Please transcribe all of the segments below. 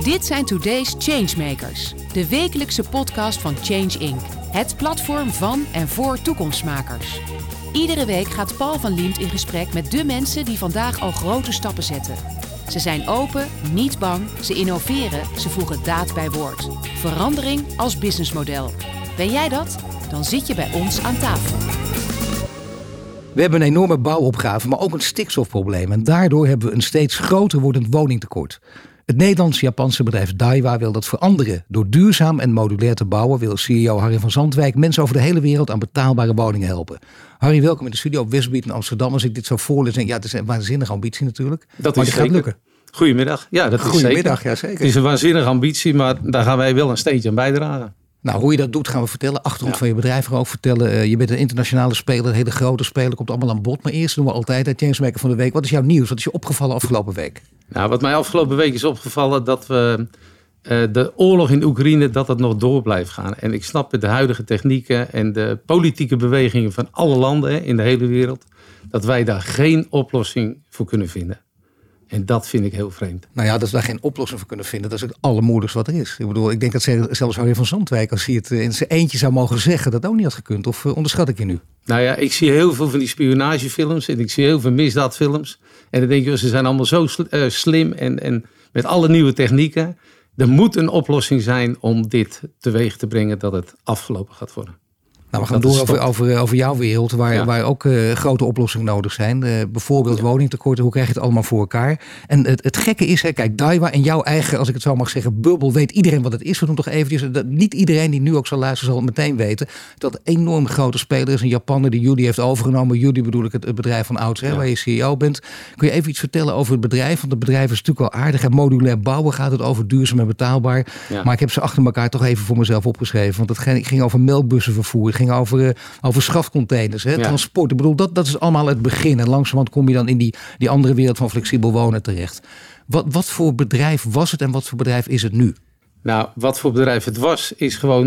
Dit zijn Today's Changemakers, de wekelijkse podcast van Change Inc. Het platform van en voor toekomstmakers. Iedere week gaat Paul van Liemt in gesprek met de mensen die vandaag al grote stappen zetten. Ze zijn open, niet bang, ze innoveren, ze voegen daad bij woord. Verandering als businessmodel. Ben jij dat? Dan zit je bij ons aan tafel. We hebben een enorme bouwopgave, maar ook een stikstofprobleem. En daardoor hebben we een steeds groter wordend woningtekort. Het Nederlands-Japanse bedrijf Daiwa wil dat veranderen. Door duurzaam en modulair te bouwen wil CEO Harry van Zandwijk mensen over de hele wereld aan betaalbare woningen helpen. Harry, welkom in de studio op Westgebied in Amsterdam. Als ik dit zo voorlees, denk ik, het is een waanzinnige ambitie natuurlijk. Dat maar is het gaat lukken. Goedemiddag. Ja, dat is Goedemiddag, zeker. ja zeker. Het is een waanzinnige ambitie, maar daar gaan wij wel een steentje aan bijdragen. Nou, hoe je dat doet gaan we vertellen. Achtergrond van je bedrijf ook vertellen. Je bent een internationale speler, een hele grote speler. Komt allemaal aan bod. Maar eerst doen we altijd het Changemaker van de week. Wat is jouw nieuws? Wat is je opgevallen afgelopen week? Nou, wat mij afgelopen week is opgevallen, dat we de oorlog in Oekraïne, dat het nog door blijft gaan. En ik snap met de huidige technieken en de politieke bewegingen van alle landen in de hele wereld, dat wij daar geen oplossing voor kunnen vinden. En dat vind ik heel vreemd. Nou ja, dat we daar geen oplossing voor kunnen vinden, dat is het allermoeilijkste wat er is. Ik bedoel, ik denk dat zelfs Harry van Zandwijk, als hij het in zijn eentje zou mogen zeggen, dat ook niet had gekund. Of onderschat ik je nu? Nou ja, ik zie heel veel van die spionagefilms en ik zie heel veel misdaadfilms. En dan denk je, ze zijn allemaal zo slim en met alle nieuwe technieken. Er moet een oplossing zijn om dit teweeg te brengen dat het afgelopen gaat worden. Nou, we gaan door over jouw wereld, waar ook grote oplossingen nodig zijn. Bijvoorbeeld woningtekorten, hoe krijg je het allemaal voor elkaar? En het gekke is, kijk, Daiwa en jouw eigen, als ik het zo mag zeggen, bubbel, weet iedereen wat het is. We doen toch eventjes, niet iedereen die nu ook zal luisteren zal het meteen weten, dat een enorm grote speler is, een Japaner die jullie heeft overgenomen. Jullie bedoel ik het bedrijf van ouds, waar je CEO bent. Kun je even iets vertellen over het bedrijf? Want het bedrijf is natuurlijk wel aardig. En modulair bouwen gaat het over, duurzaam en betaalbaar. Ja. Maar ik heb ze achter elkaar toch even voor mezelf opgeschreven. Want het ging over melkbussenvervoer. Het ging over schafcontainers, transport. Ik bedoel, dat is allemaal het begin. En langzamerhand kom je dan in die andere wereld van flexibel wonen terecht. Wat voor bedrijf was het en wat voor bedrijf is het nu? Nou, wat voor bedrijf het was, is gewoon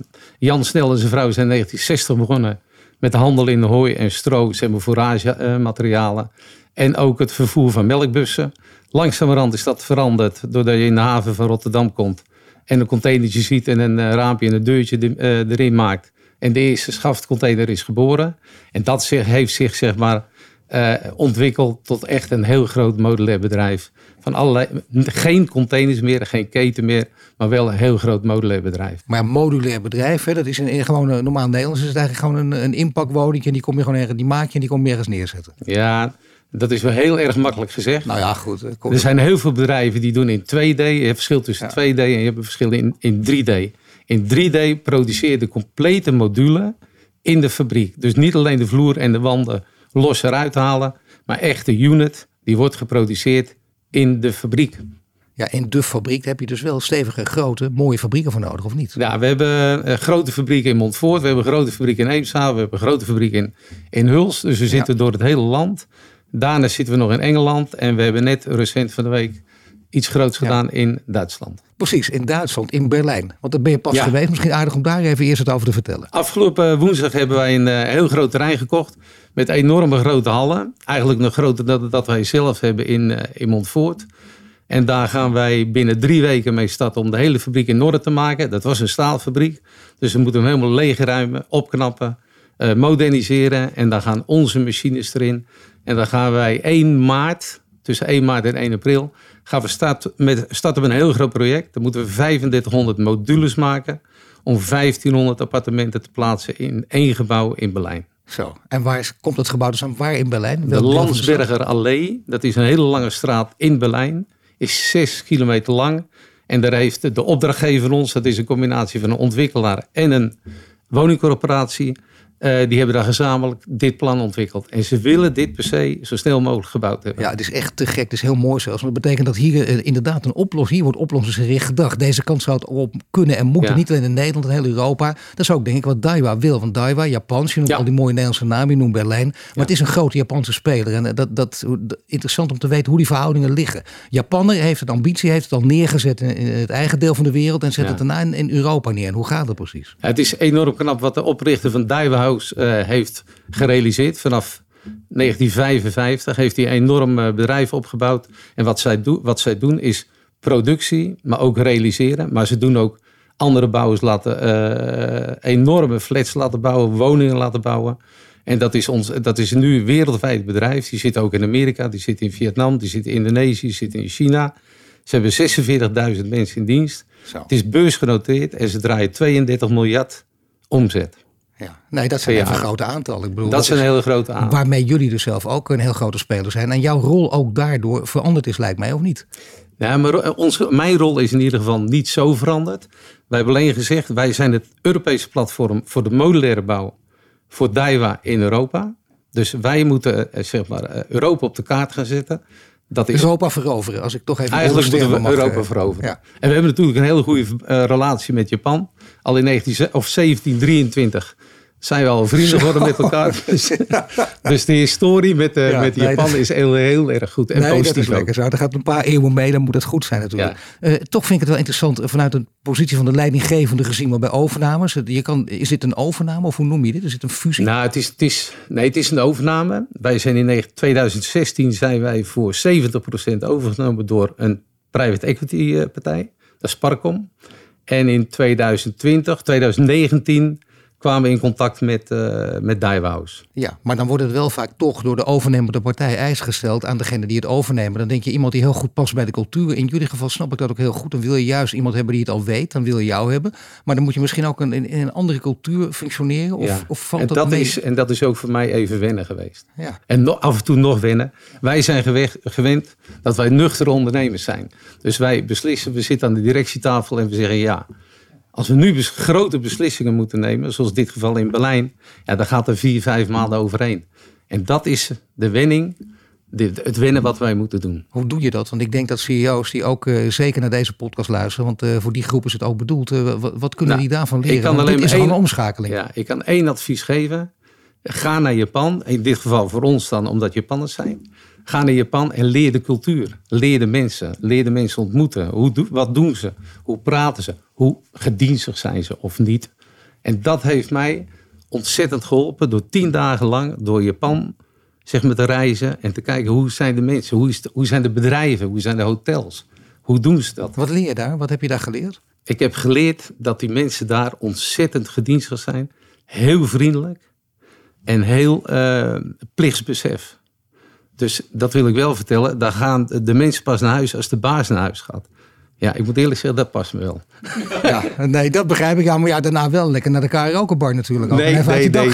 Jan Snel en zijn vrouw zijn in 1960 begonnen met de handel in hooi en stro, fouragematerialen en ook het vervoer van melkbussen. Langzamerhand is dat veranderd doordat je in de haven van Rotterdam komt en een containertje ziet en een raampje en een deurtje erin maakt. En de eerste schaftcontainer is geboren. En dat heeft zich zeg maar ontwikkeld tot echt een heel groot modulair bedrijf. Van allerlei, geen containers meer, geen keten meer, maar wel een heel groot modulair bedrijf. Maar een modulair bedrijf, dat is gewoon normaal Nederlands, is het eigenlijk gewoon een inpakwoning en die kom je gewoon ergens, die maak je en die kom je ergens neerzetten. Ja, dat is wel heel erg makkelijk gezegd. Nou ja, goed. Er zijn heel veel bedrijven die doen in 2D. Je hebt verschil tussen 2D en je hebt een verschil in 3D. In 3D produceer je de complete module in de fabriek. Dus niet alleen de vloer en de wanden los eruit halen, maar echt de unit die wordt geproduceerd in de fabriek. Ja, in de fabriek heb je dus wel stevige, grote, mooie fabrieken voor nodig, of niet? Ja, we hebben grote fabrieken in Montfort, we hebben een grote fabriek in Eemshaven, we hebben een grote fabriek in Huls. Dus we zitten door het hele land. Daarna zitten we nog in Engeland en we hebben net recent van de week iets groots gedaan in Duitsland. Precies, in Duitsland, in Berlijn. Want daar ben je pas geweest. Misschien aardig om daar even eerst het over te vertellen. Afgelopen woensdag hebben wij een heel groot terrein gekocht met enorme grote hallen. Eigenlijk nog groter dan dat wij zelf hebben in Montfort. En daar gaan wij binnen 3 weken mee starten om de hele fabriek in orde te maken. Dat was een staalfabriek. Dus we moeten hem helemaal leegruimen, opknappen, moderniseren. En daar gaan onze machines erin. En dan gaan wij 1 maart, tussen 1 maart en 1 april, gaan we starten met een heel groot project. Dan moeten we 3500 modules maken om 1500 appartementen te plaatsen in 1 gebouw in Berlijn. Zo, en waar komt dat gebouw dus aan? Waar in Berlijn? De Landsberger Allee, dat is een hele lange straat in Berlijn, is 6 kilometer lang. En daar heeft de opdrachtgever van ons, dat is een combinatie van een ontwikkelaar en een woningcorporatie, die hebben daar gezamenlijk dit plan ontwikkeld. En ze willen dit per se zo snel mogelijk gebouwd hebben. Ja, het is echt te gek. Het is heel mooi zelfs. Maar dat betekent dat hier inderdaad hier wordt oplossingsgericht gedacht. Deze kant zou het op kunnen en moeten. Ja. Niet alleen in Nederland, in heel Europa. Dat is ook denk ik wat Daiwa wil. Want Daiwa, Japans, je noemt al die mooie Nederlandse namen. Je noemt Berlijn. Maar het is een grote Japanse speler. En dat interessant om te weten hoe die verhoudingen liggen. Japaner heeft het ambitie, heeft het al neergezet in het eigen deel van de wereld. En zet het daarna in Europa neer. En hoe gaat dat precies? Het is enorm knap wat de oprichter van Daiwa heeft gerealiseerd. Vanaf 1955 heeft hij een enorm bedrijf opgebouwd. En wat zij doen is productie, maar ook realiseren. Maar ze doen ook andere bouwers enorme flats laten bouwen, woningen laten bouwen. En dat is nu een wereldwijd bedrijf. Die zit ook in Amerika, die zit in Vietnam, die zit in Indonesië, die zit in China. Ze hebben 46.000 mensen in dienst. Zo. Het is beursgenoteerd en ze draaien 32 miljard omzet. Ja. Nee, dat zijn even grote aantallen. Ik bedoel, dat zijn hele grote aantallen. Waarmee jullie dus zelf ook een heel grote speler zijn. En jouw rol ook daardoor veranderd is, lijkt mij, of niet? Ja, maar mijn rol is in ieder geval niet zo veranderd. Wij hebben alleen gezegd, wij zijn het Europese platform voor de modulaire bouw voor DAIWA in Europa. Dus wij moeten Europa op de kaart gaan zetten. Dat is Europa veroveren, als ik toch even... Eigenlijk moeten we Europa veroveren. Ja. En we hebben natuurlijk een hele goede relatie met Japan. Al in 1723 zijn we al vrienden geworden met elkaar. Dus de historie met Japan is heel erg goed en positief. Dat is lekker zo. Er gaat een paar eeuwen mee, dan moet het goed zijn natuurlijk. Ja. Toch vind ik het wel interessant vanuit een positie van de leidinggevende gezien, maar bij overnames. Is dit een overname of hoe noem je dit? Is het een fusie? Nou, het is een overname. Wij zijn in 2016 zijn wij voor 70% overgenomen door een private equity partij. Dat is Sparkom. En in 2019 kwamen we in contact met DAIWA House. Ja, maar dan wordt het wel vaak toch door de overnemende partij eisen gesteld aan degene die het overnemen. Dan denk je iemand die heel goed past bij de cultuur. In jullie geval snap ik dat ook heel goed. Dan wil je juist iemand hebben die het al weet. Dan wil je jou hebben. Maar dan moet je misschien ook in een andere cultuur functioneren. Of valt dat mee? En dat is ook voor mij even wennen geweest. Ja. En af en toe nog wennen. Wij zijn gewend dat wij nuchtere ondernemers zijn. Dus wij beslissen, we zitten aan de directietafel en we zeggen ja. Als we nu grote beslissingen moeten nemen, zoals dit geval in Berlijn, ja, dan gaat er 4-5 maanden overheen. En dat is de wenning, het wennen wat wij moeten doen. Hoe doe je dat? Want ik denk dat CEO's die ook zeker naar deze podcast luisteren, want voor die groep is het ook bedoeld. Wat kunnen die daarvan leren? Ik kan alleen dit is gewoon een omschakeling. Ja, ik kan 1 advies geven. Ga naar Japan. In dit geval voor ons dan, omdat Japanners zijn. Ga naar Japan en leer de cultuur. Leer de mensen. Leer de mensen ontmoeten. Wat doen ze? Hoe praten ze? Hoe gedienstig zijn ze of niet? En dat heeft mij ontzettend geholpen door 10 dagen lang door Japan te reizen en te kijken hoe zijn de mensen? Hoe zijn de bedrijven? Hoe zijn de hotels? Hoe doen ze dat? Wat leer je daar? Wat heb je daar geleerd? Ik heb geleerd dat die mensen daar ontzettend gedienstig zijn. Heel vriendelijk. En heel plichtsbesef. Dus dat wil ik wel vertellen. Daar gaan de mensen pas naar huis als de baas naar huis gaat. Ja, ik moet eerlijk zeggen, dat past me wel. Ja, nee, dat begrijp ik. Ja, maar ja, daarna wel lekker naar de karaokebar natuurlijk. Nee. Ik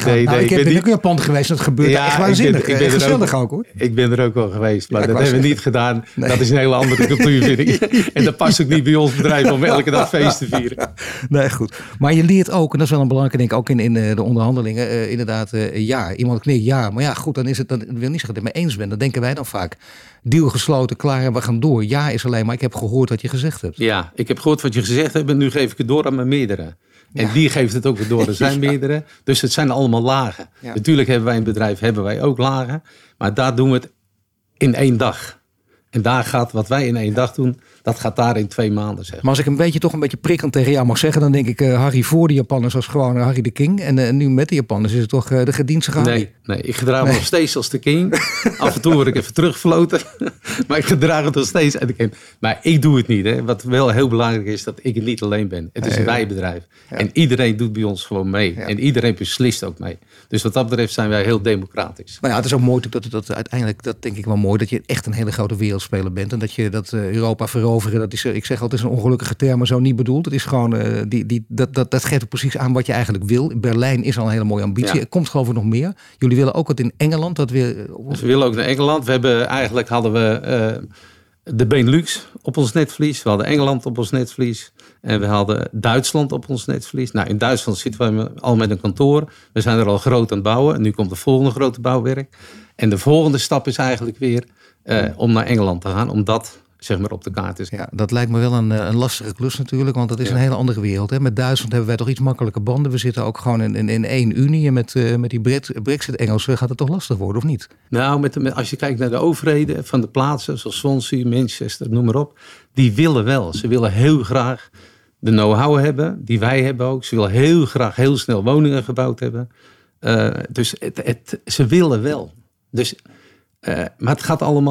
ben ook in Japan geweest. Dat gebeurt echt waanzinnig. Ik ben gezellig ook hoor. Ik ben er ook wel geweest, maar dat hebben we niet gedaan. Nee. Dat is een hele andere cultuur, vind ik. En dat past ook niet bij ons bedrijf om elke dag feest te vieren. Nee, goed. Maar je leert ook, en dat is wel een belangrijke ding, ook in de onderhandelingen, inderdaad, ja. Iemand knikt ja, maar ja, goed, dan is het, dan wil niet zeggen dat ik het mee eens ben. Dan denken wij dan vaak, deal gesloten, klaar en we gaan door. Ja is alleen maar, ik heb gehoord wat je gezegd hebt. Ja, ik heb gehoord wat je gezegd hebt en nu geef ik het door aan mijn meerdere. En die geeft het ook weer door. Er zijn meerdere. Dus het zijn allemaal lagen. Ja. Natuurlijk hebben wij een bedrijf, ook lagen. Maar daar doen we het in 1 dag. En daar gaat wat wij in 1 dag doen, dat gaat daar in 2 maanden. Zeg. Maar als ik toch een beetje prikkend tegen jou mag zeggen, dan denk ik Harry voor de Japanners was gewoon Harry de King. En nu met de Japanners is het toch de gedienstige Harry? Nee, ik gedraag me nog steeds als de King. Af en toe word ik even teruggefloten. Maar ik gedraag het nog steeds als de King. Maar ik doe het niet. Hè. Wat wel heel belangrijk is, dat ik het niet alleen ben. Het is een wijbedrijf. Ja. En iedereen doet bij ons gewoon mee. Ja. En iedereen beslist ook mee. Dus wat dat betreft zijn wij heel democratisch. Maar ja, het is ook mooi dat uiteindelijk, dat denk ik wel mooi, dat je echt een hele grote wereldspeler bent. En dat Europa veroveren, dat is, ik zeg altijd, is een ongelukkige term, maar zo niet bedoeld. Het is gewoon, dat geeft ook precies aan wat je eigenlijk wil. Berlijn is al een hele mooie ambitie. Ja. Er komt geloof ik nog meer. Jullie willen ook wat in Engeland. We willen ook naar Engeland. Hadden we de Benelux op ons netvlies. We hadden Engeland op ons netvlies. En we hadden Duitsland op ons netvlies. Nou, in Duitsland zitten we al met een kantoor. We zijn er al groot aan het bouwen. En nu komt de volgende grote bouwwerk. En de volgende stap is eigenlijk weer om naar Engeland te gaan. Om dat op de kaart te zetten. Ja, dat lijkt me wel een lastige klus natuurlijk. Want dat is een hele andere wereld. Hè. Met Duitsland hebben wij toch iets makkelijke banden. We zitten ook gewoon in 1 unie. En met die Brexit-Engels gaat het toch lastig worden, of niet? Nou, als je kijkt naar de overheden van de plaatsen, zoals Swansea, Manchester, noem maar op. Die willen wel. Ze willen heel graag de know-how hebben. Die wij hebben ook. Ze willen heel graag heel snel woningen gebouwd hebben. Dus ze willen wel. Dus, maar het gaat allemaal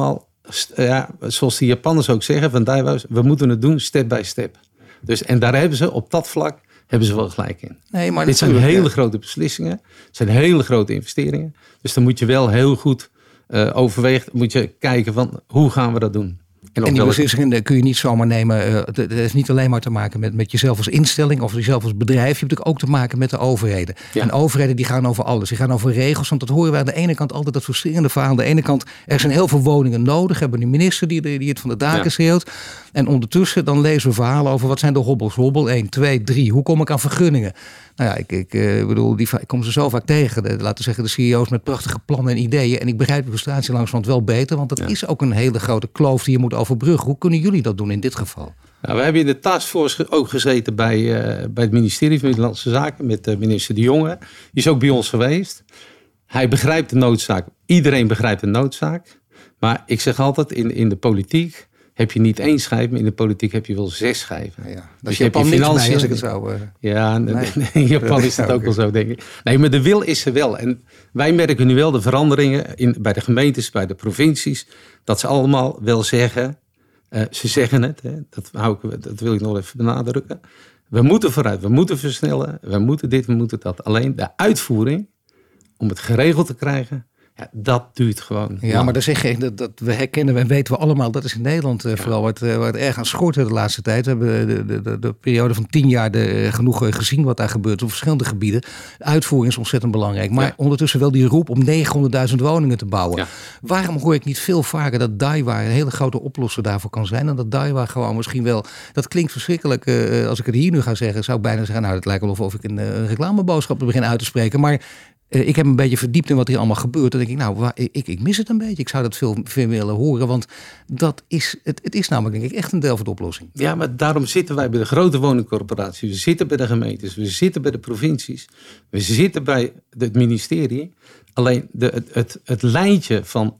zoals de Japanners ook zeggen van Daiwa's, we moeten het doen step by step. Dus, en daar hebben ze op dat vlak wel gelijk in. Nee, maar dit zijn hele grote beslissingen. Het zijn hele grote investeringen. Dus dan moet je wel heel goed overwegen. Moet je kijken van hoe gaan we dat doen. En die beslissingen kun je niet zomaar nemen. Het heeft niet alleen maar te maken met jezelf als instelling of jezelf als bedrijf. Je hebt natuurlijk ook te maken met de overheden. Ja. En overheden die gaan over alles. Die gaan over regels. Want dat horen wij aan de ene kant altijd dat frustrerende verhaal. Aan de ene kant, er zijn heel veel woningen nodig. Hebben die minister die het van de daken schreeuwt. En ondertussen dan lezen we verhalen over wat zijn de hobbels. Hobbel 1, 2, 3. Hoe kom ik aan vergunningen? Nou ja, ik bedoel, ik kom ze zo vaak tegen. Laten we zeggen de CEO's met prachtige plannen en ideeën. En ik begrijp de frustratie langzamerhand wel beter. Want dat is ook een hele grote kloof die je moet overbruggen. Hoe kunnen jullie dat doen in dit geval? Nou, we hebben in de taskforce ook gezeten bij het ministerie van Binnenlandse Zaken. Met minister De Jonge. Die is ook bij ons geweest. Hij begrijpt de noodzaak. Iedereen begrijpt de noodzaak. Maar ik zeg altijd in de politiek heb je niet 1 schijf, maar in de politiek heb je wel 6 schijven. Ja, dus je hebt je financiën als ik het zou. Ja, in Japan is dat ook wel zo, denk ik. Nee, maar de wil is er wel. En wij merken nu wel de veranderingen bij de gemeentes, bij de provincies, dat ze allemaal wel zeggen, ze zeggen het, hè, dat wil ik nog even benadrukken. We moeten vooruit, we moeten versnellen, we moeten dit, we moeten dat. Alleen de uitvoering, om het geregeld te krijgen, ja, dat duurt gewoon. Ja, maar dan zeg je dat we herkennen en weten we allemaal. Dat is in Nederland vooral waar het erg aan schort de laatste tijd. We hebben de periode van 10 jaar genoeg gezien wat daar gebeurt op verschillende gebieden. De uitvoering is ontzettend belangrijk. Maar ondertussen wel die roep om 900.000 woningen te bouwen. Ja. Waarom hoor ik niet veel vaker dat Daiwa een hele grote oplosser daarvoor kan zijn? En dat Daiwa gewoon misschien wel... Dat klinkt verschrikkelijk. Als ik het hier nu ga zeggen, zou ik bijna zeggen... Nou, het lijkt wel of ik een reclameboodschap begin uit te spreken. Maar... ik heb een beetje verdiept in wat hier allemaal gebeurt. Dan denk ik, nou, ik mis het een beetje. Ik zou dat veel willen horen. Want dat is, het is namelijk, denk ik, echt een deel van de oplossing. Ja, maar daarom zitten wij bij de grote woningcorporaties. We zitten bij de gemeentes. We zitten bij de provincies. We zitten bij het ministerie. Alleen het lijntje van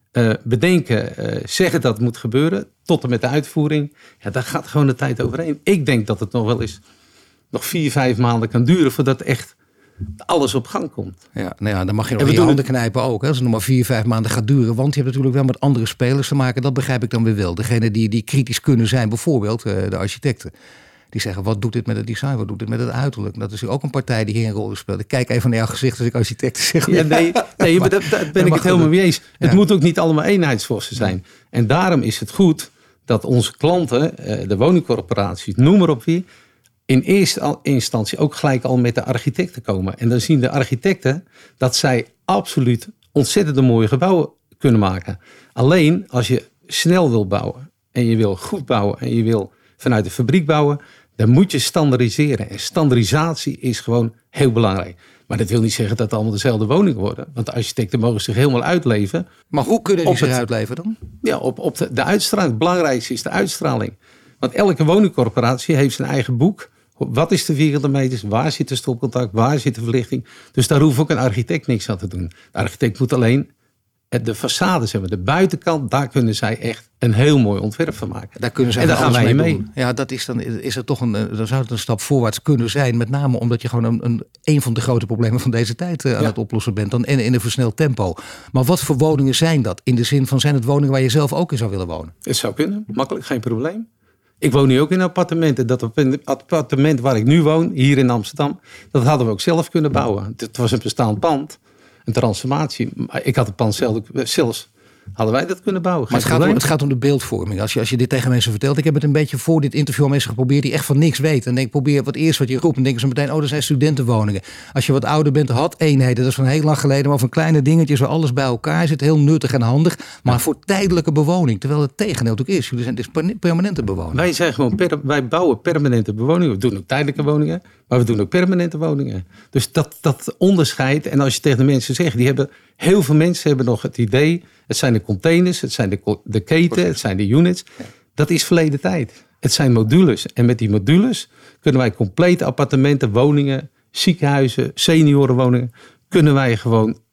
bedenken, zeggen dat het moet gebeuren... tot en met de uitvoering. Ja, daar gaat gewoon de tijd overheen. Ik denk dat het nog wel eens nog 4-5 maanden kan duren... voordat echt... alles op gang komt. Ja, nou ja, dan mag je nog je handen knijpen ook. Hè, als het nog maar 4-5 maanden gaat duren. Want je hebt natuurlijk wel met andere spelers te maken. Dat begrijp ik dan weer wel. Degene die kritisch kunnen zijn. Bijvoorbeeld de architecten. Die zeggen, wat doet dit met het design? Wat doet dit met het uiterlijk? Dat is ook een partij die hier een rol speelt. Ik kijk even naar jouw gezicht als ik architecten zeg. Ja, nee, maar daar ben ik het helemaal mee eens. Ja. Het moet ook niet allemaal eenheidsworsten zijn. Ja. En daarom is het goed dat onze klanten, de woningcorporaties, noem maar op wie... in eerste instantie ook gelijk al met de architecten komen. En dan zien de architecten dat zij absoluut ontzettend mooie gebouwen kunnen maken. Alleen als je snel wil bouwen en je wil goed bouwen en je wil vanuit de fabriek bouwen, dan moet je standaardiseren. En standaardisatie is gewoon heel belangrijk. Maar dat wil niet zeggen dat het allemaal dezelfde woningen worden. Want de architecten mogen zich helemaal uitleven. Maar hoe kunnen die zich uitleven dan? Ja, op de uitstraling. Het belangrijkste is de uitstraling. Want elke woningcorporatie heeft zijn eigen boek. Wat is de vierkante meters? Waar zit de stopcontact? Waar zit de verlichting? Dus daar hoeft ook een architect niks aan te doen. De architect moet alleen de façade, zeg maar, de buitenkant. Daar kunnen zij echt een heel mooi ontwerp van maken. Daar kunnen zij en daar gaan wij mee. Ja, dat is dan is er toch dan zou het een stap voorwaarts kunnen zijn. Met name omdat je gewoon een van de grote problemen van deze tijd aan het oplossen bent. Dan in een versneld tempo. Maar wat voor woningen zijn dat? In de zin van, zijn het woningen waar je zelf ook in zou willen wonen? Het zou kunnen, makkelijk, geen probleem. Ik woon nu ook in appartementen. Dat appartement waar ik nu woon, hier in Amsterdam, dat hadden we ook zelf kunnen bouwen. Het was een bestaand pand, een transformatie. Ik had het pand zelfs hadden wij dat kunnen bouwen. Maar het gaat om de beeldvorming. Als je dit tegen mensen vertelt. Ik heb het een beetje voor dit interview aan mensen geprobeerd die echt van niks weten. En probeer wat eerst wat je roept. En denken ze meteen, dat zijn studentenwoningen. Als je wat ouder bent, had eenheden. Dat is van heel lang geleden. Maar van kleine dingetjes waar alles bij elkaar zit. Heel nuttig en handig. Maar voor tijdelijke bewoning. Terwijl het tegendeel natuurlijk is. Jullie zijn dus permanente bewoning. Wij zijn gewoon wij bouwen permanente bewoningen. We doen ook tijdelijke woningen. Maar we doen ook permanente woningen. Dus dat onderscheid. En als je tegen de mensen zegt, heel veel mensen hebben nog het idee, het zijn de containers, het zijn de keten, het zijn de units. Dat is verleden tijd. Het zijn modules. En met die modules kunnen wij complete appartementen, woningen, ziekenhuizen, seniorenwoningen, kunnen wij gewoon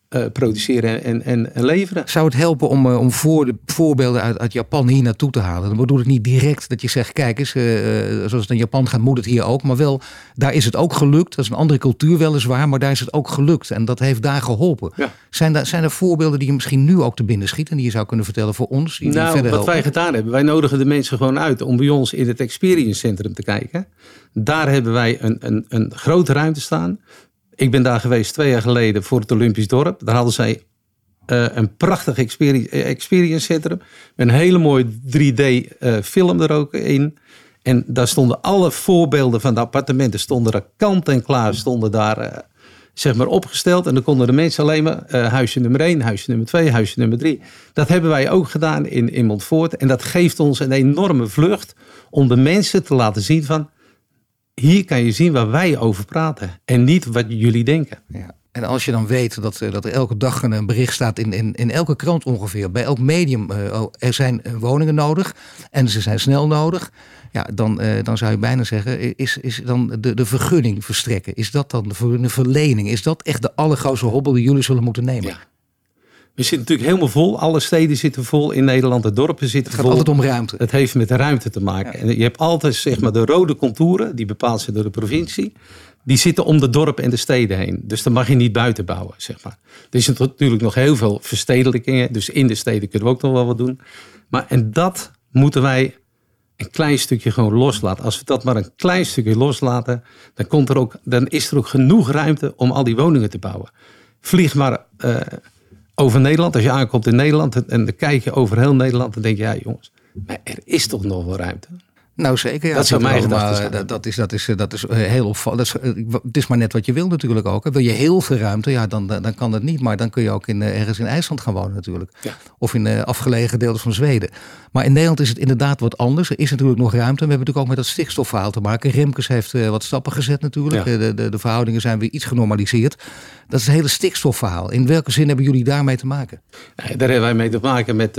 produceren en leveren. Zou het helpen om voorbeelden uit Japan hier naartoe te halen? Dan bedoel ik niet direct dat je zegt, kijk eens, zoals het in Japan gaat, moet het hier ook. Maar wel, daar is het ook gelukt. Dat is een andere cultuur weliswaar, maar daar is het ook gelukt. En dat heeft daar geholpen. Ja. Zijn er voorbeelden die je misschien nu ook te binnen schiet en die je zou kunnen vertellen voor ons? Die verder helpen? Wat wij gedaan hebben, wij nodigen de mensen gewoon uit om bij ons in het Experience Centrum te kijken. Daar hebben wij een grote ruimte staan. Ik ben daar geweest 2 jaar geleden voor het Olympisch dorp. Daar hadden zij een prachtig experience centrum. Met een hele mooie 3D film er ook in. En daar stonden alle voorbeelden van de appartementen. Stonden er kant en klaar. Stonden daar zeg maar opgesteld. En dan konden de mensen alleen maar huisje nummer 1, huisje nummer 2, huisje nummer 3. Dat hebben wij ook gedaan in Montfoort. En dat geeft ons een enorme vlucht om de mensen te laten zien van... Hier kan je zien waar wij over praten. En niet wat jullie denken. Ja. En als je dan weet dat er elke dag een bericht staat in elke krant ongeveer. Bij elk medium. Er zijn woningen nodig. En ze zijn snel nodig. Ja, dan zou je bijna zeggen. Is dan de vergunning verstrekken. Is dat dan de verlening? Is dat echt de allergrootste hobbel die jullie zullen moeten nemen? Ja. We zitten natuurlijk helemaal vol. Alle steden zitten vol in Nederland. De dorpen zitten vol. Het gaat altijd om ruimte. Het heeft met de ruimte te maken. Ja. En je hebt altijd zeg maar de rode contouren. Die bepaald zijn door de provincie. Die zitten om de dorpen en de steden heen. Dus dan mag je niet buiten bouwen, zeg maar. Er is natuurlijk nog heel veel verstedelijkingen. Dus in de steden kunnen we ook nog wel wat doen. En dat moeten wij een klein stukje gewoon loslaten. Als we dat maar een klein stukje loslaten... dan is er ook genoeg ruimte om al die woningen te bouwen. Vlieg maar... over Nederland, als je aankomt in Nederland en dan kijk je over heel Nederland, dan denk je, ja jongens, maar er is toch nog wel ruimte? Nou zeker, ja. Dat zou mijn gedachte zijn. Dat is heel opvallend. Het is maar net wat je wil natuurlijk ook. Wil je heel veel ruimte, ja, dan kan dat niet. Maar dan kun je ook ergens in IJsland gaan wonen natuurlijk. Ja. Of in afgelegen gedeeltes van Zweden. Maar in Nederland is het inderdaad wat anders. Er is natuurlijk nog ruimte. We hebben natuurlijk ook met dat stikstofverhaal te maken. Remkes heeft wat stappen gezet natuurlijk. Ja. De verhoudingen zijn weer iets genormaliseerd. Dat is het hele stikstofverhaal. In welke zin hebben jullie daarmee te maken? Daar hebben wij mee te maken met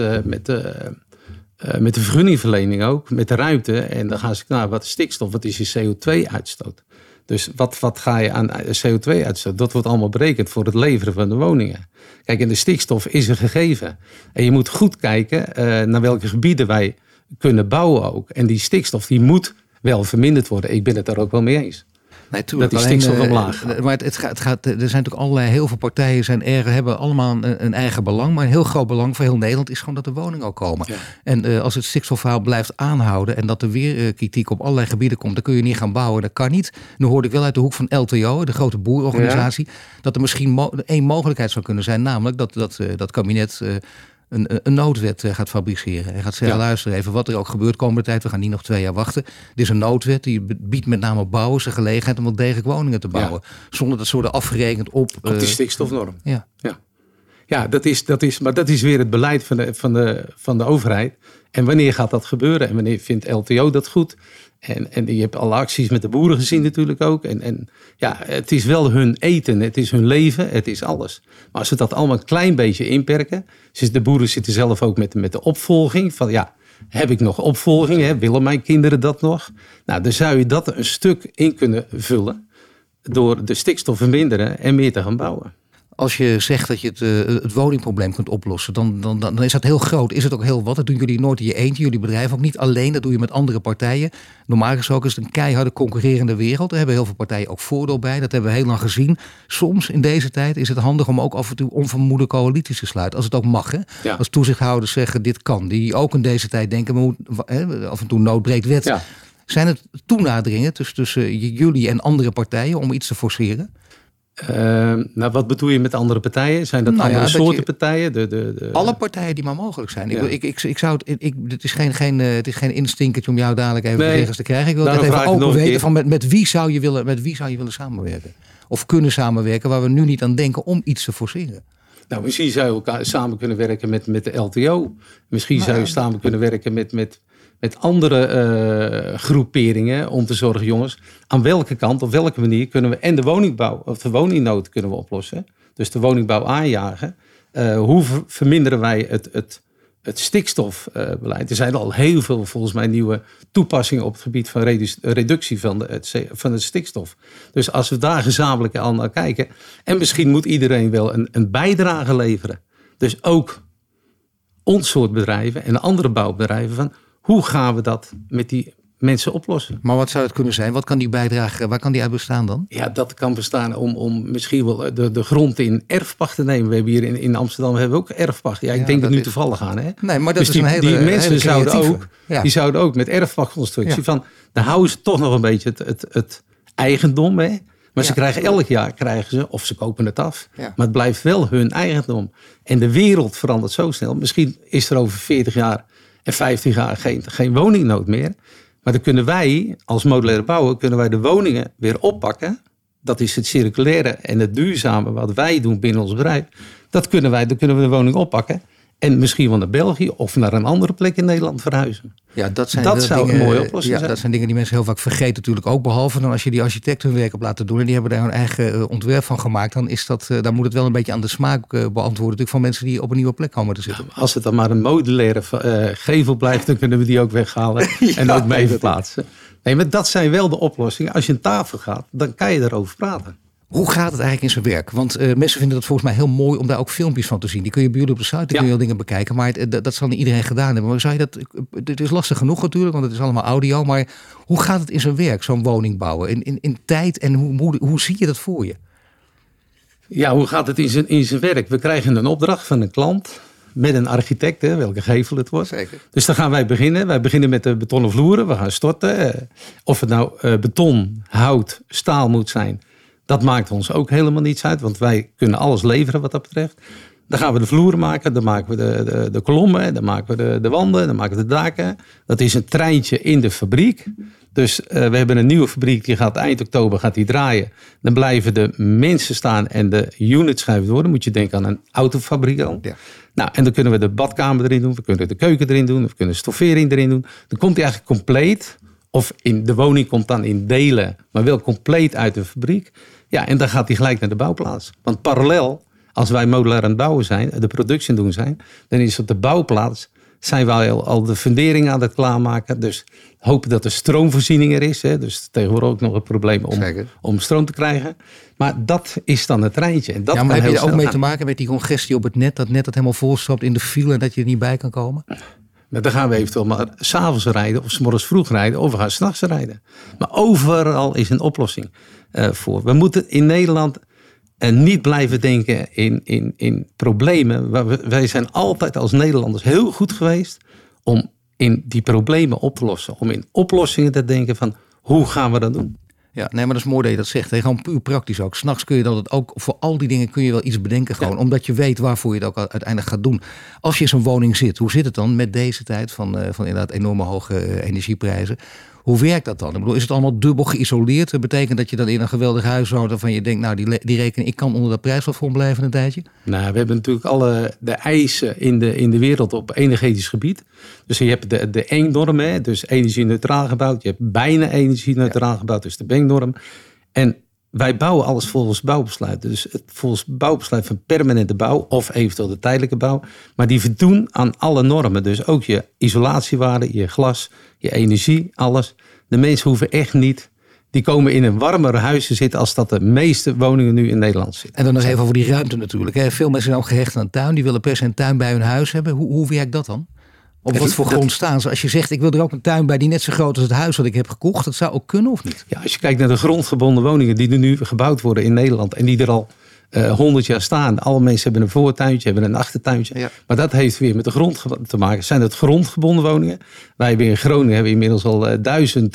de vergunningverlening ook, met de ruimte. En dan gaan ze naar wat is stikstof, wat is je CO2-uitstoot. Dus wat ga je aan CO2-uitstoot? Dat wordt allemaal berekend voor het leveren van de woningen. Kijk, en de stikstof is een gegeven. En je moet goed kijken naar welke gebieden wij kunnen bouwen ook. En die stikstof die moet wel verminderd worden. Ik ben het daar ook wel mee eens. Nee, tuurlijk, dat die stikstof omlaag gaat. Maar het gaat, er zijn natuurlijk allerlei, heel veel partijen hebben allemaal een eigen belang. Maar een heel groot belang voor heel Nederland is gewoon dat de woningen ook komen. Ja. En als het stikstofverhaal blijft aanhouden en dat er weer kritiek op allerlei gebieden komt, dan kun je niet gaan bouwen. Dat kan niet. Nu hoorde ik wel uit de hoek van LTO, de grote boerenorganisatie, dat er misschien één mogelijkheid zou kunnen zijn. Namelijk dat kabinet een noodwet gaat fabriceren. Hij gaat zeggen, luister even, wat er ook gebeurt komende tijd, we gaan niet nog 2 jaar wachten. Dit is een noodwet, die biedt met name bouwers de gelegenheid om wel degelijk woningen te bouwen. Ja. Zonder dat ze worden afgerekend op die stikstofnorm. Ja, dat is weer het beleid van de overheid. En wanneer gaat dat gebeuren? En wanneer vindt LTO dat goed? En je hebt alle acties met de boeren gezien natuurlijk ook. En het is wel hun eten, het is hun leven, het is alles. Maar als we dat allemaal een klein beetje inperken. Dus de boeren zitten zelf ook met de opvolging. Van heb ik nog opvolging? Willen mijn kinderen dat nog? Nou, dan zou je dat een stuk in kunnen vullen. Door de stikstof verminderen en meer te gaan bouwen. Als je zegt dat je het woningprobleem kunt oplossen, dan is dat heel groot. Is het ook heel wat? Dat doen jullie nooit in je eentje. Jullie bedrijf ook niet alleen. Dat doe je met andere partijen. Normaal gesproken is het een keiharde concurrerende wereld. Daar hebben heel veel partijen ook voordeel bij. Dat hebben we heel lang gezien. Soms in deze tijd is het handig om ook af en toe onvermoede coalities te sluiten. Als het ook mag. Hè? Ja. Als toezichthouders zeggen dit kan. Die ook in deze tijd denken, af en toe nood breekt wet. Ja. Zijn het toenaderingen tussen jullie en andere partijen om iets te forceren? Wat bedoel je met andere partijen? Zijn dat andere soorten partijen? Alle partijen die maar mogelijk zijn. Ja. Ik zou het is geen instinkertje om jou dadelijk even ergens te krijgen. Ik wil het even open weten van met wie zou je willen samenwerken? Of kunnen samenwerken waar we nu niet aan denken om iets te forceren? Nou, misschien zou je elkaar samen kunnen werken met de LTO. Misschien zou je samen kunnen werken met andere groeperingen om te zorgen, jongens, aan welke kant, op welke manier kunnen we en de woningbouw of de woningnood kunnen we oplossen. Dus de woningbouw aanjagen. Hoe verminderen wij het stikstofbeleid. Er zijn al heel veel volgens mij nieuwe toepassingen op het gebied van reductie van het stikstof. Dus als we daar gezamenlijk aan naar kijken. En misschien moet iedereen wel een bijdrage leveren. Dus ook ons soort bedrijven en andere bouwbedrijven. Van hoe gaan we dat met die mensen oplossen? Maar wat zou het kunnen zijn? Wat kan die bijdrage, waar kan die uit bestaan dan? Ja, dat kan bestaan om misschien wel de grond in erfpacht te nemen. We hebben hier in Amsterdam hebben we ook erfpacht. Ja, ik denk het nu toevallig aan. Hè? Nee, maar dat dus is een hele die mensen hele zouden ook met erfpachtconstructie van... Dan houden ze toch nog een beetje het eigendom. Hè? Maar ze krijgen elk jaar, of ze kopen het af. Ja. Maar het blijft wel hun eigendom. En de wereld verandert zo snel. Misschien is er over 40 jaar en 50 jaar geen woningnood meer. Maar dan kunnen wij als modulaire bouwer de woningen weer oppakken. Dat is het circulaire en het duurzame wat wij doen binnen ons bedrijf. Dan kunnen we de woning oppakken. En misschien wel naar België of naar een andere plek in Nederland verhuizen. Ja, dat zou dingen, een mooie oplossing zijn. Dat zijn dingen die mensen heel vaak vergeten natuurlijk ook. Behalve dan als je die architecten hun werk op laten doen. En die hebben daar hun eigen ontwerp van gemaakt. Dan moet het wel een beetje aan de smaak beantwoorden. Natuurlijk van mensen die op een nieuwe plek komen te zitten. Ja, als het dan maar een modulaire gevel blijft. Dan kunnen we die ook weghalen. En ook mee verplaatsen. Nee, maar dat zijn wel de oplossingen. Als je aan tafel gaat, dan kan je daarover praten. Hoe gaat het eigenlijk in zijn werk? Want mensen vinden het volgens mij heel mooi om daar ook filmpjes van te zien. Die kun je bij jullie op de site, kun je al dingen bekijken. Maar dat zal niet iedereen gedaan hebben. Maar zou je dat? Het is lastig genoeg natuurlijk, want het is allemaal audio. Maar hoe gaat het in zijn werk, zo'n woning bouwen? In tijd en hoe zie je dat voor je? Ja, hoe gaat het in zijn werk? We krijgen een opdracht van een klant met een architect, welke gevel het wordt. Zeker. Dus dan gaan wij beginnen. Wij beginnen met de betonnen vloeren. We gaan storten. Of het nou beton, hout, staal moet zijn. Dat maakt ons ook helemaal niets uit, want wij kunnen alles leveren wat dat betreft. Dan gaan we de vloeren maken, dan maken we de kolommen, dan maken we de wanden, dan maken we de daken. Dat is een treintje in de fabriek. Dus we hebben een nieuwe fabriek, die gaat eind oktober draaien. Dan blijven de mensen staan en de units schuiven worden. Moet je denken aan een autofabrikant. Ja. Nou, en dan kunnen we de badkamer erin doen, we kunnen de keuken erin doen, we kunnen de stoffering erin doen. Dan komt die eigenlijk compleet, of de woning komt dan in delen, maar wel compleet uit de fabriek. Ja, en dan gaat hij gelijk naar de bouwplaats. Want parallel, als wij modulair aan het bouwen zijn, de productie doen zijn, dan is op de bouwplaats, zijn wij al de fundering aan het klaarmaken. Dus hopen dat de stroomvoorziening er is. Hè. Dus tegenwoordig ook nog een probleem om stroom te krijgen. Maar dat is dan het treintje. En dat maar heb je er ook mee te maken met die congestie op het net? Dat net dat helemaal volstapt in de file en dat je er niet bij kan komen? Maar dan gaan we eventueel maar 's avonds rijden of 's morgens vroeg rijden of we gaan 's nachts rijden. Maar overal is een oplossing voor. We moeten in Nederland niet blijven denken in problemen. Wij zijn altijd als Nederlanders heel goed geweest om in die problemen op te lossen. Om in oplossingen te denken van hoe gaan we dat doen. Ja, nee, maar dat is mooi dat je dat zegt. Hè? Gewoon puur praktisch ook. 's Nachts kun je dat ook, voor al die dingen kun je wel iets bedenken gewoon. Ja. Omdat je weet waarvoor je het ook uiteindelijk gaat doen. Als je in zo'n woning zit, hoe zit het dan met deze tijd van inderdaad enorme hoge energieprijzen? Hoe werkt dat dan? Ik bedoel, is het allemaal dubbel geïsoleerd? Dat betekent dat je dan in een geweldig huis woont waarvan je denkt, nou die rekening, ik kan onder dat prijsplafond blijven een tijdje? Nou, we hebben natuurlijk alle de eisen in de wereld op energetisch gebied. Dus je hebt de ENG-norm, dus energie-neutraal gebouwd. Je hebt bijna energie-neutraal gebouwd, dus de BENG-norm. En wij bouwen alles volgens bouwbesluit. Dus volgens bouwbesluit van permanente bouw of eventueel de tijdelijke bouw. Maar die voldoen aan alle normen. Dus ook je isolatiewaarde, je glas, je energie, alles. De mensen hoeven echt niet. Die komen in een warmer huis te zitten als dat de meeste woningen nu in Nederland zitten. En dan nog even over die ruimte natuurlijk. Hè. Veel mensen zijn ook gehecht aan een tuin. Die willen per se een tuin bij hun huis hebben. Hoe werkt dat dan? Op wat voor grond staan ze? Als je zegt, ik wil er ook een tuin bij die net zo groot als het huis wat ik heb gekocht. Dat zou ook kunnen of niet? Ja, als je kijkt naar de grondgebonden woningen die er nu gebouwd worden in Nederland. En die er al 100 jaar staan. Alle mensen hebben een voortuintje, hebben een achtertuintje. Ja. Maar dat heeft weer met de grond te maken. Zijn het grondgebonden woningen? Wij hebben in Groningen hebben inmiddels al 1000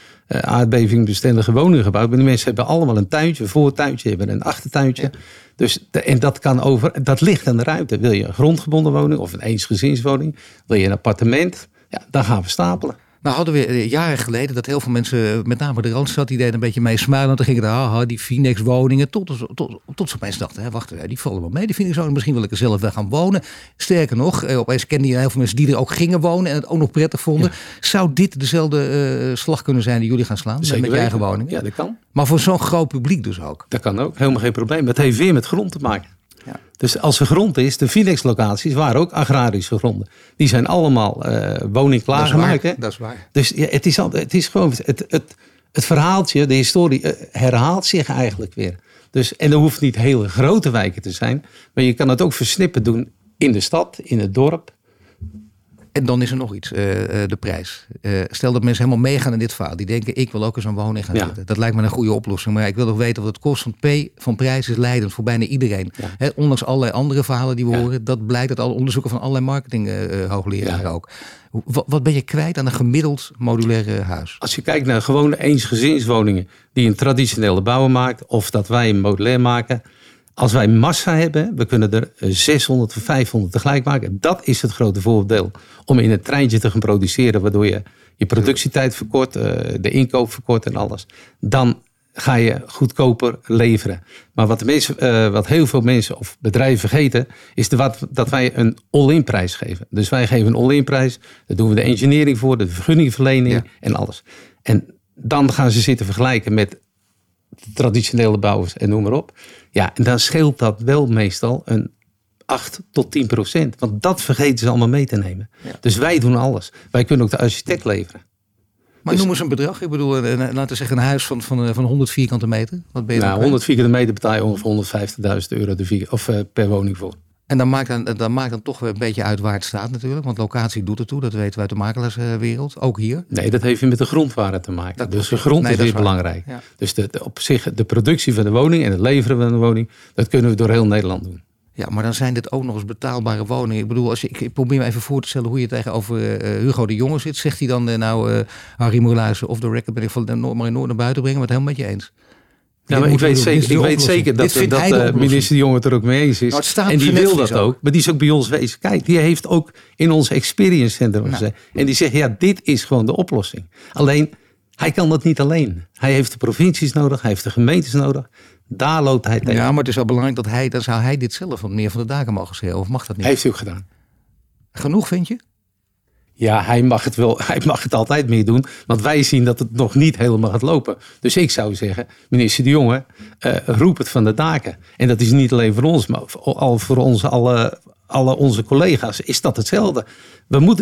aardbevingbestendige woningen gebouwd. Maar die mensen hebben allemaal een tuintje, een voortuintje, hebben een achtertuintje. Ja. Dus, en dat ligt aan de ruimte. Wil je een grondgebonden woning of een eensgezinswoning? Wil je een appartement? Ja, dan gaan we stapelen. Nou hadden we jaren geleden dat heel veel mensen, met name de Randstad, die deden een beetje mee smuilen. Want dan gingen die Phoenix woningen, tot ze opeens dachten, wacht even, die vallen wel mee. Die Phoenix woningen, misschien wil ik er zelf wel gaan wonen. Sterker nog, opeens kende je heel veel mensen die er ook gingen wonen en het ook nog prettig vonden. Ja. Zou dit dezelfde slag kunnen zijn die jullie gaan slaan? Zeker met je eigen woningen? Ja, dat kan. Maar voor zo'n groot publiek dus ook? Dat kan ook, helemaal geen probleem. Het heeft weer met grond te maken. Ja. Dus als er grond is, de Vinex-locaties waren ook agrarische gronden. Die zijn allemaal woning klaargemaakt. Dat is waar. Dus ja, het is gewoon het verhaaltje, de historie herhaalt zich eigenlijk weer. Dus, en er hoeft niet hele grote wijken te zijn. Maar je kan het ook versnippen doen in de stad, in het dorp. En dan is er nog iets, de prijs. Stel dat mensen helemaal meegaan in dit verhaal. Die denken, ik wil ook in zo'n woning gaan zitten. Dat lijkt me een goede oplossing. Maar ik wil nog weten wat het kost. Want van prijs is leidend voor bijna iedereen. Ja. Ondanks allerlei andere verhalen die we horen. Dat blijkt uit alle onderzoeken van allerlei marketing hoogleraren ook. Wat ben je kwijt aan een gemiddeld modulaire huis? Als je kijkt naar gewone eensgezinswoningen die een traditionele bouwer maakt. Of dat wij een modulair maken. Als wij massa hebben, we kunnen er 600 of 500 tegelijk maken. Dat is het grote voordeel om in een treintje te gaan produceren. Waardoor je je productietijd verkort, de inkoop verkort en alles. Dan ga je goedkoper leveren. Maar wat heel veel mensen of bedrijven vergeten, is dat wij een all-in prijs geven. Dus wij geven een all-in prijs. Daar doen we de engineering voor, de vergunningverlening en alles. En dan gaan ze zitten vergelijken met traditionele bouwers en noem maar op. Ja, en dan scheelt dat wel meestal een 8 tot 10%. Want dat vergeten ze allemaal mee te nemen. Ja. Dus wij doen alles. Wij kunnen ook de architect leveren. Maar noem eens een bedrag. Ik bedoel, laten we zeggen een huis van 100 vierkante meter. Wat ben je 100 vierkante meter betaal je ongeveer €150.000 per woning voor. En dan maakt dan toch een beetje uit waar het staat natuurlijk. Want locatie doet ertoe. Dat weten we uit de makelaarswereld. Ook hier. Nee, dat heeft met de grondwaarde te maken. Dus de grond is weer belangrijk. Ja. Dus op zich de productie van de woning en het leveren van de woning. Dat kunnen we door heel Nederland doen. Ja, maar dan zijn dit ook nog eens betaalbare woningen. Ik bedoel, ik probeer me even voor te stellen hoe je tegenover Hugo de Jonge zit. Zegt hij dan Harry Moerluizen of de record ben ik van maar in Noord naar buiten brengen. Maar het helemaal met je eens. Ja, maar ik weet zeker dat minister De Jonge het er ook mee eens is. Nou, en die wil dat ook. Maar die is ook bij ons wezen. Kijk, die heeft ook in ons experience center gezegd. En die zegt, ja, dit is gewoon de oplossing. Alleen, hij kan dat niet alleen. Hij heeft de provincies nodig. Hij heeft de gemeentes nodig. Daar loopt hij tegen. Ja, maar het is wel belangrijk dat dan zou hij dit zelf wat meer van de daken mogen schreeuwen. Of mag dat niet? Heeft hij ook gedaan. Genoeg, vind je? Ja, hij mag het altijd meer doen. Want wij zien dat het nog niet helemaal gaat lopen. Dus ik zou zeggen, minister De Jonge, roep het van de daken. En dat is niet alleen voor ons, maar voor alle onze collega's is dat hetzelfde. We moeten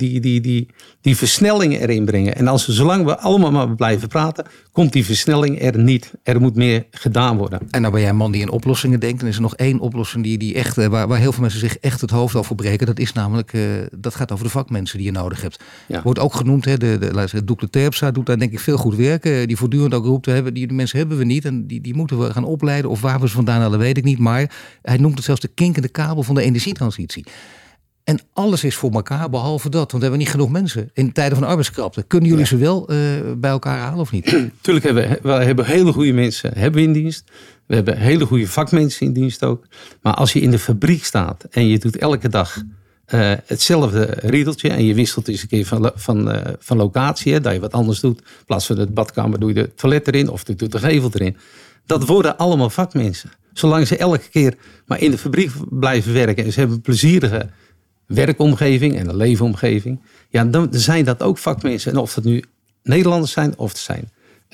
die versnelling erin brengen. En zolang we allemaal maar blijven praten, komt die versnelling er niet. Er moet meer gedaan worden. En nou ben jij een man die in oplossingen denkt. Dan is er nog één oplossing die echt, waar heel veel mensen zich echt het hoofd over breken. Dat is namelijk, dat gaat over de vakmensen die je nodig hebt. Ja. Wordt ook genoemd, Doekle Terpstra doet daar denk ik veel goed werk. Die voortdurend ook roept, die mensen hebben we niet. En die moeten we gaan opleiden. Of waar we ze vandaan halen, weet ik niet. Maar hij noemt het zelfs de kinkende kabel van de energietransitie. En alles is voor elkaar, behalve dat. Want we hebben niet genoeg mensen in tijden van arbeidskrapte. Kunnen jullie ze wel bij elkaar halen of niet? Tuurlijk hebben hele goede mensen in dienst. We hebben hele goede vakmensen in dienst ook. Maar als je in de fabriek staat en je doet elke dag hetzelfde riedeltje. En je wisselt eens een keer van locatie. Dat je wat anders doet. In plaats van de badkamer doe je de toilet erin of doe je de gevel erin. Dat worden allemaal vakmensen. Zolang ze elke keer maar in de fabriek blijven werken. En ze hebben een plezierige werkomgeving en een leefomgeving. Ja, dan zijn dat ook vakmensen. En of dat nu Nederlanders zijn of het zijn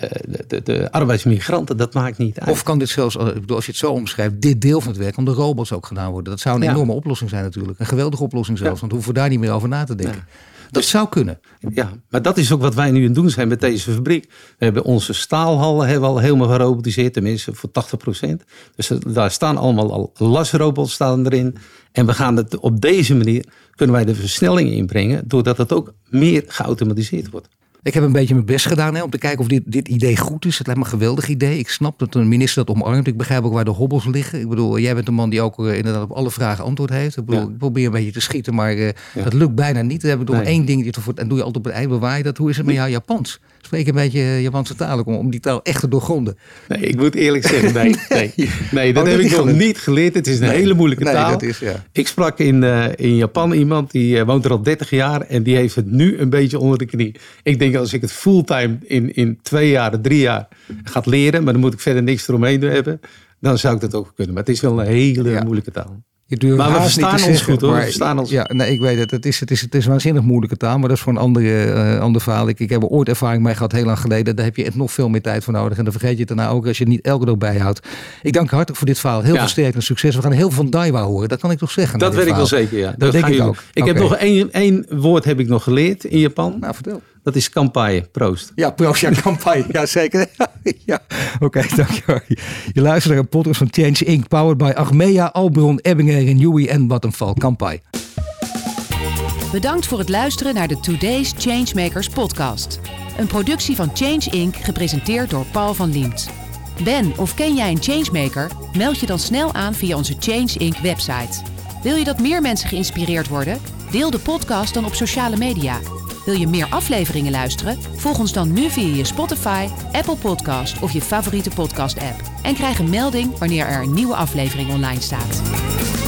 de arbeidsmigranten, dat maakt niet uit. Of kan dit zelfs, als je het zo omschrijft, dit deel van het werk om de robots ook gedaan worden? Dat zou een enorme oplossing zijn natuurlijk. Een geweldige oplossing zelfs, want we hoeven daar niet meer over na te denken. Ja. Dat zou kunnen. Ja, maar dat is ook wat wij nu aan het doen zijn met deze fabriek. We hebben onze staalhallen al helemaal gerobotiseerd, tenminste voor 80%. Dus daar staan allemaal al lasrobots staan erin. En we gaan het op deze manier, kunnen wij de versnelling inbrengen, doordat het ook meer geautomatiseerd wordt. Ik heb een beetje mijn best gedaan om te kijken of dit idee goed is. Het lijkt me een geweldig idee. Ik snap dat een minister dat omarmt. Ik begrijp ook waar de hobbels liggen. Ik bedoel, jij bent een man die ook inderdaad op alle vragen antwoord heeft. Ik probeer een beetje te schieten, maar dat lukt bijna niet. Dan heb ik nog één ding. En doe je altijd op het eind, bewaar je dat. Hoe is het met jou Japans? Spreek een beetje Japanse taal om die taal echt te doorgronden. Nee, ik moet eerlijk zeggen, nee, dat heb ik nog niet geleerd. Het is een hele moeilijke taal. Dat is, Ik sprak in Japan iemand, die woont er al 30 jaar en die heeft het nu een beetje onder de knie. Ik denk als ik het fulltime in 2 jaar, 3 jaar gaat leren, maar dan moet ik verder niks eromheen hebben, dan zou ik dat ook kunnen. Maar het is wel een hele moeilijke taal. Maar we verstaan ons goed hoor. We verstaan ons. Ja, nee, ik weet het. Het is een waanzinnig moeilijke taal, maar dat is voor een ander verhaal. Ik heb er ooit ervaring mee gehad, heel lang geleden. Daar heb je echt nog veel meer tijd voor nodig. En dan vergeet je het daarna ook als je het niet elke dag bijhoudt. Ik dank je hartelijk voor dit verhaal. Heel veel sterkte en succes. We gaan heel veel van Daiwa horen. Dat kan ik toch zeggen. Dat weet ik wel zeker, ja. Dat denk ik ook. Ik heb nog één woord heb ik nog geleerd in Japan. Nou, vertel. Dat is kampai. Proost. Ja, proost. Ja, kampai. Ja, zeker. Ja. Oké, dankjewel. Je luistert naar een podcast van Change Inc. Powered by Achmea, Albron, Ebbingen, Renewy en Vattenfall. Kampai. Bedankt voor het luisteren naar de Today's Changemakers podcast. Een productie van Change Inc. gepresenteerd door Paul van Liemt. Ben of ken jij een changemaker? Meld je dan snel aan via onze Change Inc. website. Wil je dat meer mensen geïnspireerd worden? Deel de podcast dan op sociale media. Wil je meer afleveringen luisteren? Volg ons dan nu via je Spotify, Apple Podcast of je favoriete podcast app. En krijg een melding wanneer er een nieuwe aflevering online staat.